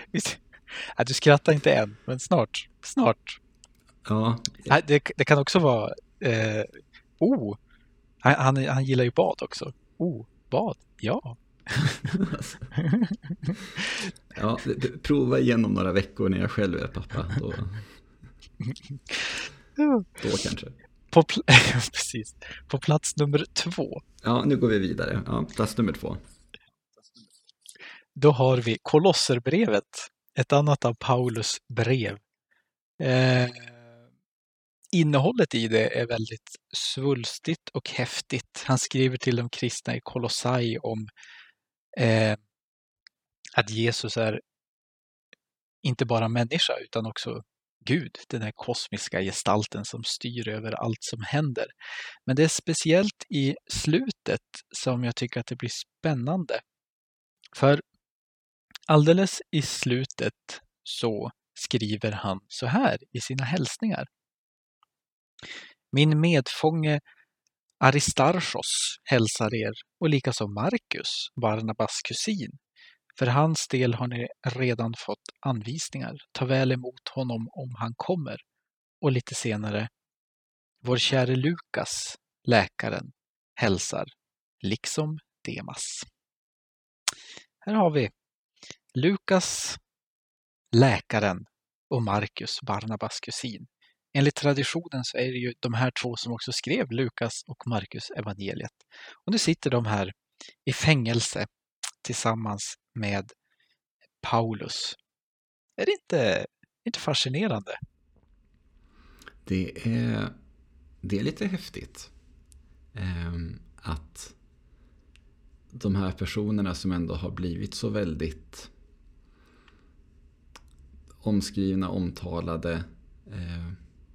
Visst, ja, du skrattar inte än, men snart. Snart. Ja, Ja, det, det kan också vara... Eh, oh, han, han, han gillar ju bad också. Oh, bad. Ja. ja, prova igen om några veckor när jag själv är pappa. Då, då kanske. På, pl- Precis. På plats nummer två. Ja, nu går vi vidare. Ja, plats nummer två. Då har vi Kolosserbrevet. Ett annat av Paulus brev. Eh, innehållet i det är väldigt svulstigt och häftigt. Han skriver till de kristna i Kolossai om eh, att Jesus är inte bara människa utan också Gud, den här kosmiska gestalten som styr över allt som händer. Men det är speciellt i slutet som jag tycker att det blir spännande. För alldeles i slutet så skriver han så här i sina hälsningar. Min medfånge Aristarchos hälsar er och likaså Markus, Barnabas kusin. För hans del har ni redan fått anvisningar. Ta väl emot honom om han kommer. Och lite senare, vår käre Lukas, läkaren, hälsar, liksom Demas. Här har vi Lukas, läkaren och Markus, Barnabas kusin. Enligt traditionen så är det ju de här två som också skrev Lukas och Markus evangeliet. Och nu sitter de här i fängelse tillsammans med Paulus. Är det inte, inte fascinerande? Det är, det är lite häftigt. Ehm, att de här personerna som ändå har blivit så väldigt omskrivna, omtalade, eh,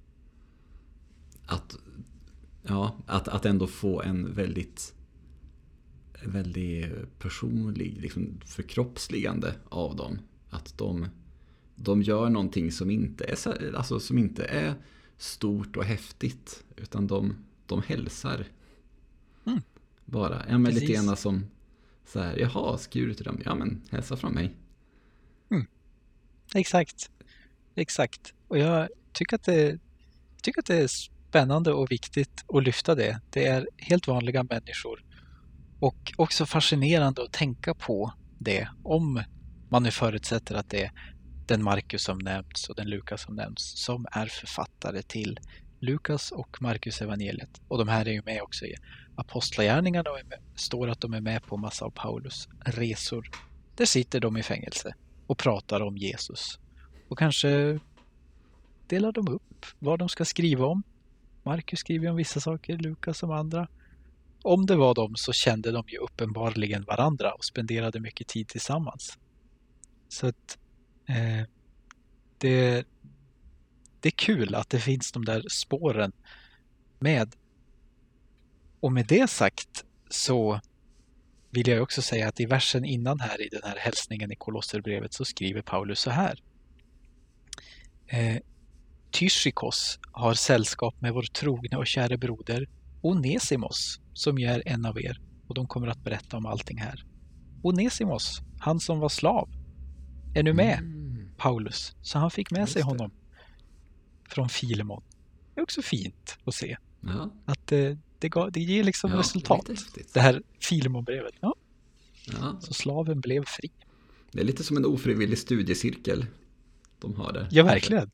att, ja, att, att ändå få en väldigt väldigt personlig liksom, förkroppsligande av dem. Att de, de gör någonting som inte är, så, alltså, som inte är stort och häftigt, utan de, de hälsar. Mm. Bara. Ja, men lite grann som så här, jaha, skriver du till dem? Ja, men hälsa från mig. Mm. Exakt. Exakt. Och jag tycker att det, tycker att det är spännande och viktigt att lyfta det. Det är helt vanliga människor. Och också fascinerande att tänka på det, om man nu förutsätter att det är den Markus som nämns och den Lukas som nämns som är författare till Lukas och Markus evangeliet. Och de här är ju med också i Apostlagärningarna och med, står att de är med på massa av Paulus resor. Där sitter de i fängelse och pratar om Jesus. Och kanske delar de upp vad de ska skriva om. Markus skriver om vissa saker, Lukas om andra. Om det var de så kände de ju uppenbarligen varandra och spenderade mycket tid tillsammans. Så att eh, det, det är kul att det finns de där spåren med. Och med det sagt så vill jag också säga att i versen innan här i den här hälsningen i Kolosserbrevet så skriver Paulus så här. Eh, Tychikos har sällskap med vår trogne och käre broder Onesimos, som ju är en av er, och de kommer att berätta om allting här. Onesimos, han som var slav, är nu med Mm. Paulus, så han fick med Just sig det. honom från Filemon. Det är också fint att se Ja, att det, det, gav, det ger liksom ja, resultat. lite häftigt. Det här Filemonbrevet. Ja, Ja, så slaven blev fri. det är lite som en ofrivillig studiecirkel de har där. Ja, verkligen.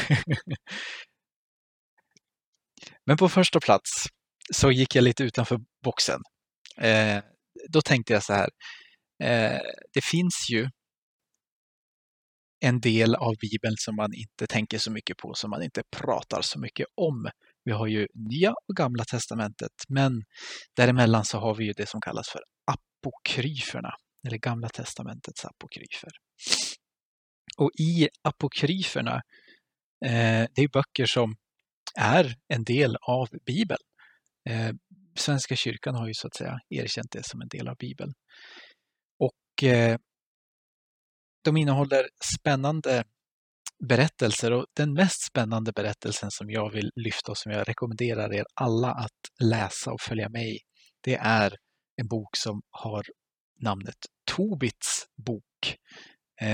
Men på första plats så gick jag lite utanför boxen. Eh, då tänkte jag så här. Eh, det finns ju en del av Bibeln som man inte tänker så mycket på, som man inte pratar så mycket om. Vi har ju Nya och Gamla testamentet, men däremellan så har vi ju det som kallas för apokryferna, eller Gamla testamentets apokryfer. Och i apokryferna, eh, det är böcker som är en del av Bibeln. Eh, Svenska kyrkan har ju så att säga erkänt det som en del av Bibeln. Och eh, de innehåller spännande berättelser, och den mest spännande berättelsen som jag vill lyfta och som jag rekommenderar er alla att läsa och följa med i, det är en bok som har namnet Tobits bok. Eh,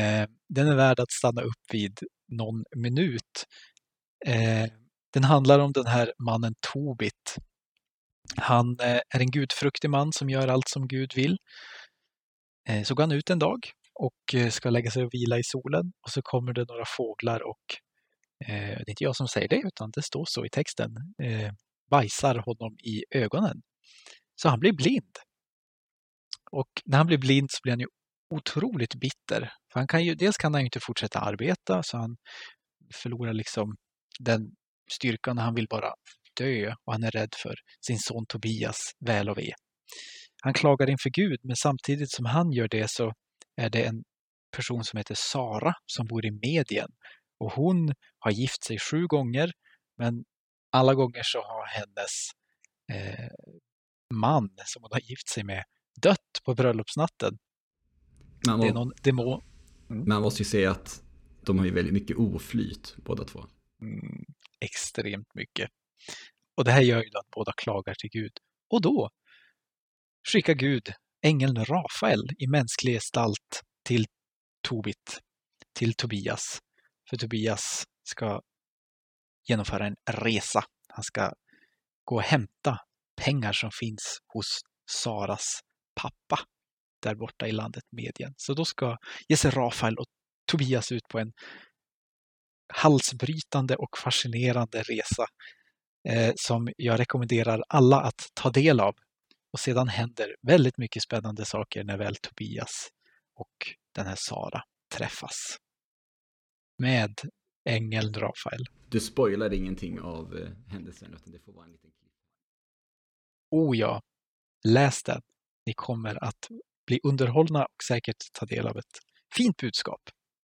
den är värd att stanna upp vid någon minut. Eh, den handlar om den här mannen Tobit. Han eh, är en gudfruktig man som gör allt som Gud vill. Eh, så går han ut en dag och eh, ska lägga sig och vila i solen. Och så kommer det några fåglar och eh, det är inte jag som säger det, utan det står så i texten. Eh, bajsar honom i ögonen. Så han blir blind. Och när han blir blind så blir han ju otroligt bitter. För han kan ju, dels kan han ju inte fortsätta arbeta, så han förlorar liksom den styrkan när han vill bara dö, och han är rädd för sin son Tobias väl och ve. Han klagar inför Gud, men samtidigt som han gör det så är det en person som heter Sara som bor i Medien. Och hon har gift sig sju gånger, men alla gånger så har hennes eh, man som hon har gift sig med dött på bröllopsnatten. Man, må, det är någon demo. Mm. Man måste ju säga att de har ju väldigt mycket oflyt båda två. Mm, extremt mycket. Och det här gör ju att båda klagar till Gud. Och då skickar Gud ängeln Rafael i mänsklig gestalt till Tobit, till Tobias. För Tobias ska genomföra en resa. Han ska gå och hämta pengar som finns hos Saras pappa där borta i landet Medien. Så då ska ge sig Rafael och Tobias ut på en halsbrytande och fascinerande resa eh, som jag rekommenderar alla att ta del av. Och sedan händer väldigt mycket spännande saker när väl Tobias och den här Sara träffas. Med ängeln Rafael. Du spoilar ingenting av eh, händelsen, utan det får vara en liten klipp. Oh ja, läs den. Ni kommer att bli underhållna och säkert ta del av ett fint budskap.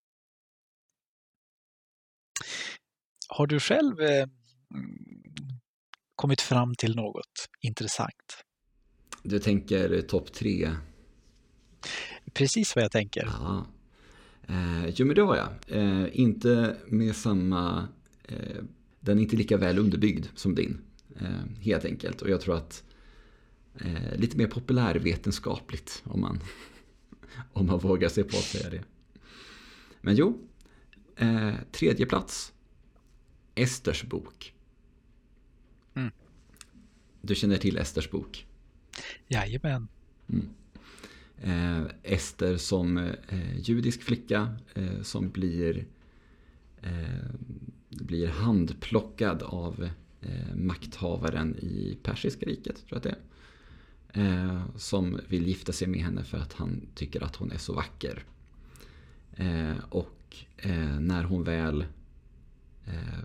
Har du själv eh, kommit fram till något intressant? Du tänker topp tre? Precis vad jag tänker. Ja. Eh, jo, men det har jag. Eh, inte med samma... Eh, den är inte lika väl underbyggd som din. Eh, helt enkelt. Och jag tror att eh, lite mer populärvetenskapligt om man, om man vågar sig på att säga det. Men jo, eh, tredje plats. Esters bok. Mm. Du känner till Esters bok? Jajamän. Mm. Eh, Ester som eh, judisk flicka eh, som blir, eh, blir handplockad av eh, makthavaren i Persiska riket, tror jag att det är. Eh, som vill gifta sig med henne för att han tycker att hon är så vacker. Eh, och eh, när hon väl eh,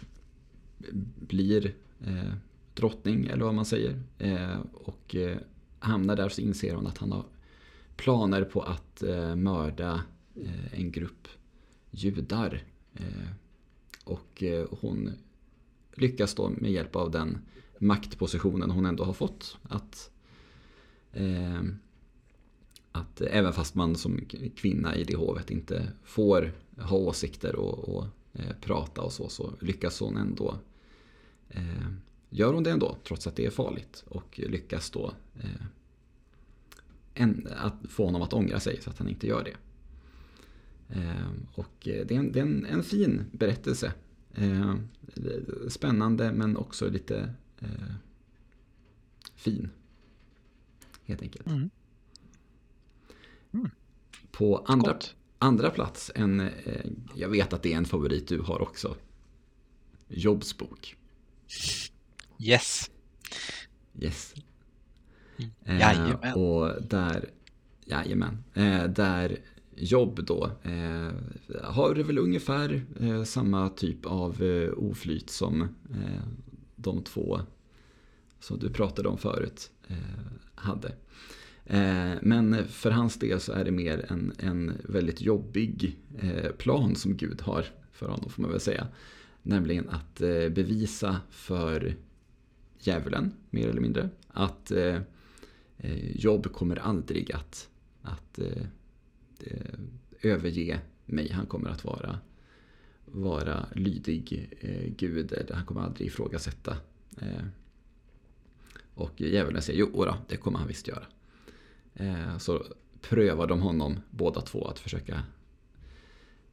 blir eh, drottning, eller vad man säger, eh, och eh, hamnar där, så inser hon att han har planer på att eh, mörda eh, en grupp judar. Eh, och eh, hon lyckas då med hjälp av den maktpositionen hon ändå har fått att, eh, att även fast man som kvinna i det hovet inte får ha åsikter och, och eh, prata och så, så lyckas hon ändå eh, gör hon det ändå, trots att det är farligt, och lyckas då eh, en, att få honom att ångra sig så att han inte gör det. Eh, och det är, en, det är en, en fin berättelse. Eh, spännande, men också lite eh, fin. Helt enkelt. Mm. Mm. På andra, andra plats, en, eh, jag vet att det är en favorit du har också. Jobs bok. Yes. Yes. Jajamän. Eh, och där, jajamän, eh, där Jobb då eh, har väl ungefär eh, samma typ av eh, oflyt som eh, de två som du pratade om förut eh, hade. Eh, men för hans del så är det mer en, en väldigt jobbig eh, plan som Gud har för honom, får man väl säga. Nämligen att eh, bevisa för djävulen, mer eller mindre, att eh, Jobb kommer aldrig att, att eh, överge mig. Han kommer att vara, vara lydig eh, Gud. Han kommer aldrig ifrågasätta. Eh, och djävulen säger, jo då, det kommer han visst göra. Eh, så prövar de honom båda två att försöka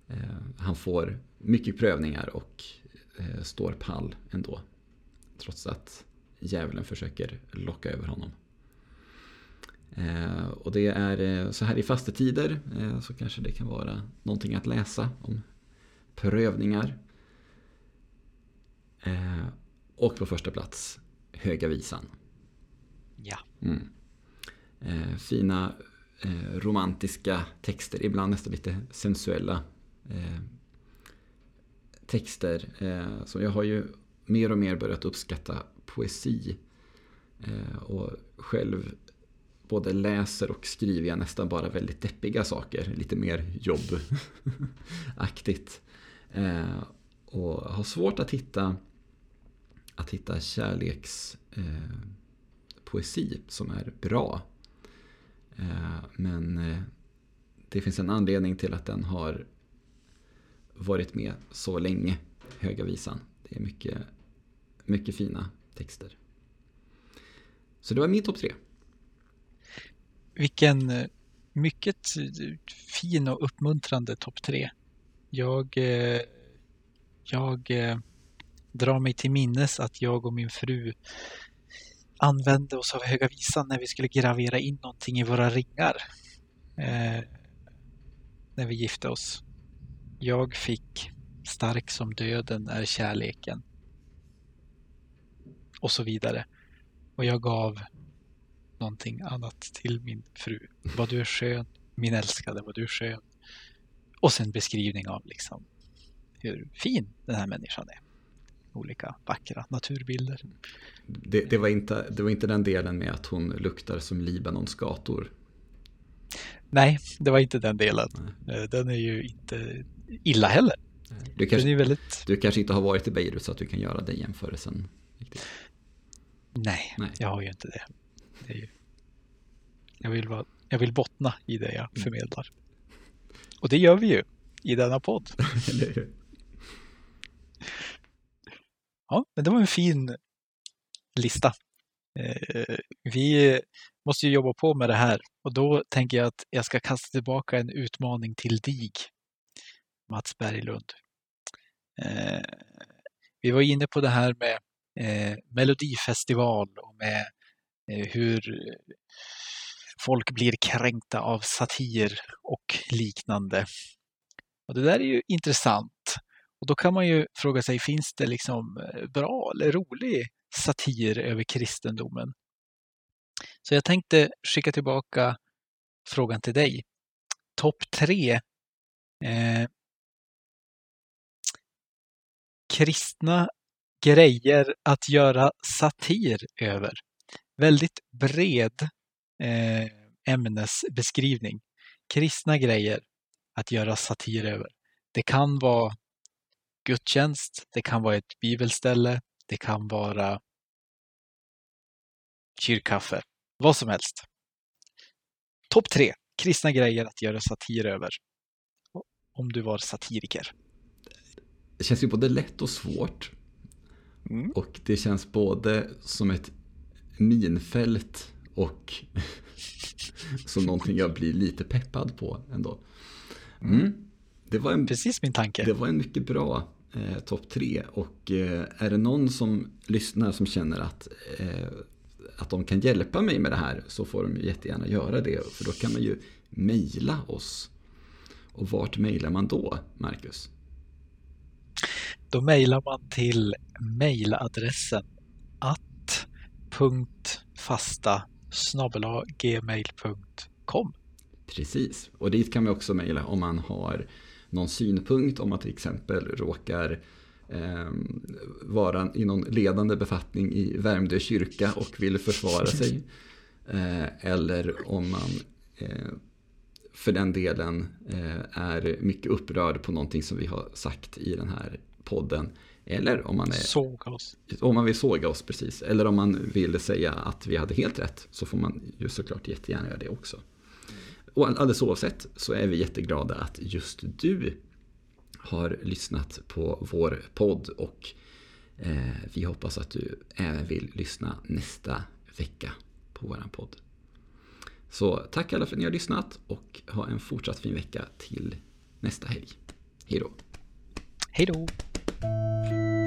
eh, han får mycket prövningar och eh, står pall ändå. Trots att djävulen försöker locka över honom. Eh, och det är eh, så här i fastetider eh, så kanske det kan vara någonting att läsa om prövningar. Eh, och på första plats Höga visan. Ja. Mm. Eh, fina eh, romantiska texter, ibland nästan lite sensuella eh, texter. Eh, så jag har ju mer och mer börjat uppskatta poesi. Eh, och själv både läser och skriver jag nästan bara väldigt deppiga saker. Lite mer jobbaktigt. Eh, och har svårt att hitta att hitta kärleks eh, poesi som är bra. Eh, men eh, det finns en anledning till att den har varit med så länge, Höga visan. Det är mycket, mycket fina texter. Så det var min topp tre. Vilken mycket fin och uppmuntrande topp tre. Jag, eh, jag eh, drar mig till minnes att jag och min fru använde oss av Höga visan när vi skulle gravera in någonting i våra ringar. Eh, när vi gifte oss. Jag fick Stark som döden är kärleken. Och så vidare. Och jag gav någonting annat till min fru. Vad du är skön, min älskade, vad du är skön. Och sen beskrivning av liksom hur fin den här människan är. Olika vackra naturbilder. Det, det, var inte, det var inte den delen med att hon luktar som Libanons gator. Nej, det var inte den delen. Nej. Den är ju inte illa heller. Du kanske, den är väldigt... du kanske inte har varit i Beirut så att du kan göra den jämförelsen. Riktigt. Nej, Nej, jag har ju inte det. det är ju... jag, vill vara... jag vill bottna i det jag förmedlar. Och det gör vi ju i denna podd. Ja, men det var en fin lista. Eh, vi måste ju jobba på med det här. Och då tänker jag att jag ska kasta tillbaka en utmaning till dig, Mats Berglund. Eh, vi var inne på det här med eh, Melodifestival och med eh, hur folk blir kränkta av satir och liknande. Och det där är ju intressant. Och då kan man ju fråga sig, finns det liksom bra eller rolig satir över kristendomen? Så jag tänkte skicka tillbaka frågan till dig. Topp tre eh, kristna grejer att göra satir över. Väldigt bred eh, ämnesbeskrivning. Kristna grejer att göra satir över. Det kan vara gudstjänst, det kan vara ett bibelställe, det kan vara kyrkkaffe, vad som helst. Topp tre kristna grejer att göra satir över. Om du var satiriker. Det känns ju både lätt och svårt. Mm. Och det känns både som ett minfält och som någonting jag blir lite peppad på ändå. Mm. Det var en, Precis min tanke. Det var en mycket bra eh, topp tre. Och eh, är det någon som lyssnar som känner att, eh, att de kan hjälpa mig med det här, så får de jättegärna göra det. För då kan man ju mejla oss. Och vart mejlar man då, Marcus? Då mejlar man till mejladressen att punkt fasta snabel-a gmail punkt com. Precis, och dit kan man också mejla om man har någon synpunkt, om man till exempel råkar eh, vara i någon ledande befattning i Värmdö kyrka och vill försvara sig. Eh, eller om man eh, för den delen eh, är mycket upprörd på någonting som vi har sagt i den här podden. Eller om man är, såga oss. Om man vill såga oss, precis. Eller om man vill säga att vi hade helt rätt, så får man ju såklart jättegärna göra det också. Och alldeles oavsett så är vi jätteglada att just du har lyssnat på vår podd. Och eh, vi hoppas att du även vill lyssna nästa vecka på vår podd. Så tack alla för att ni har lyssnat och ha en fortsatt fin vecka till nästa helg. Hej då. Hej då!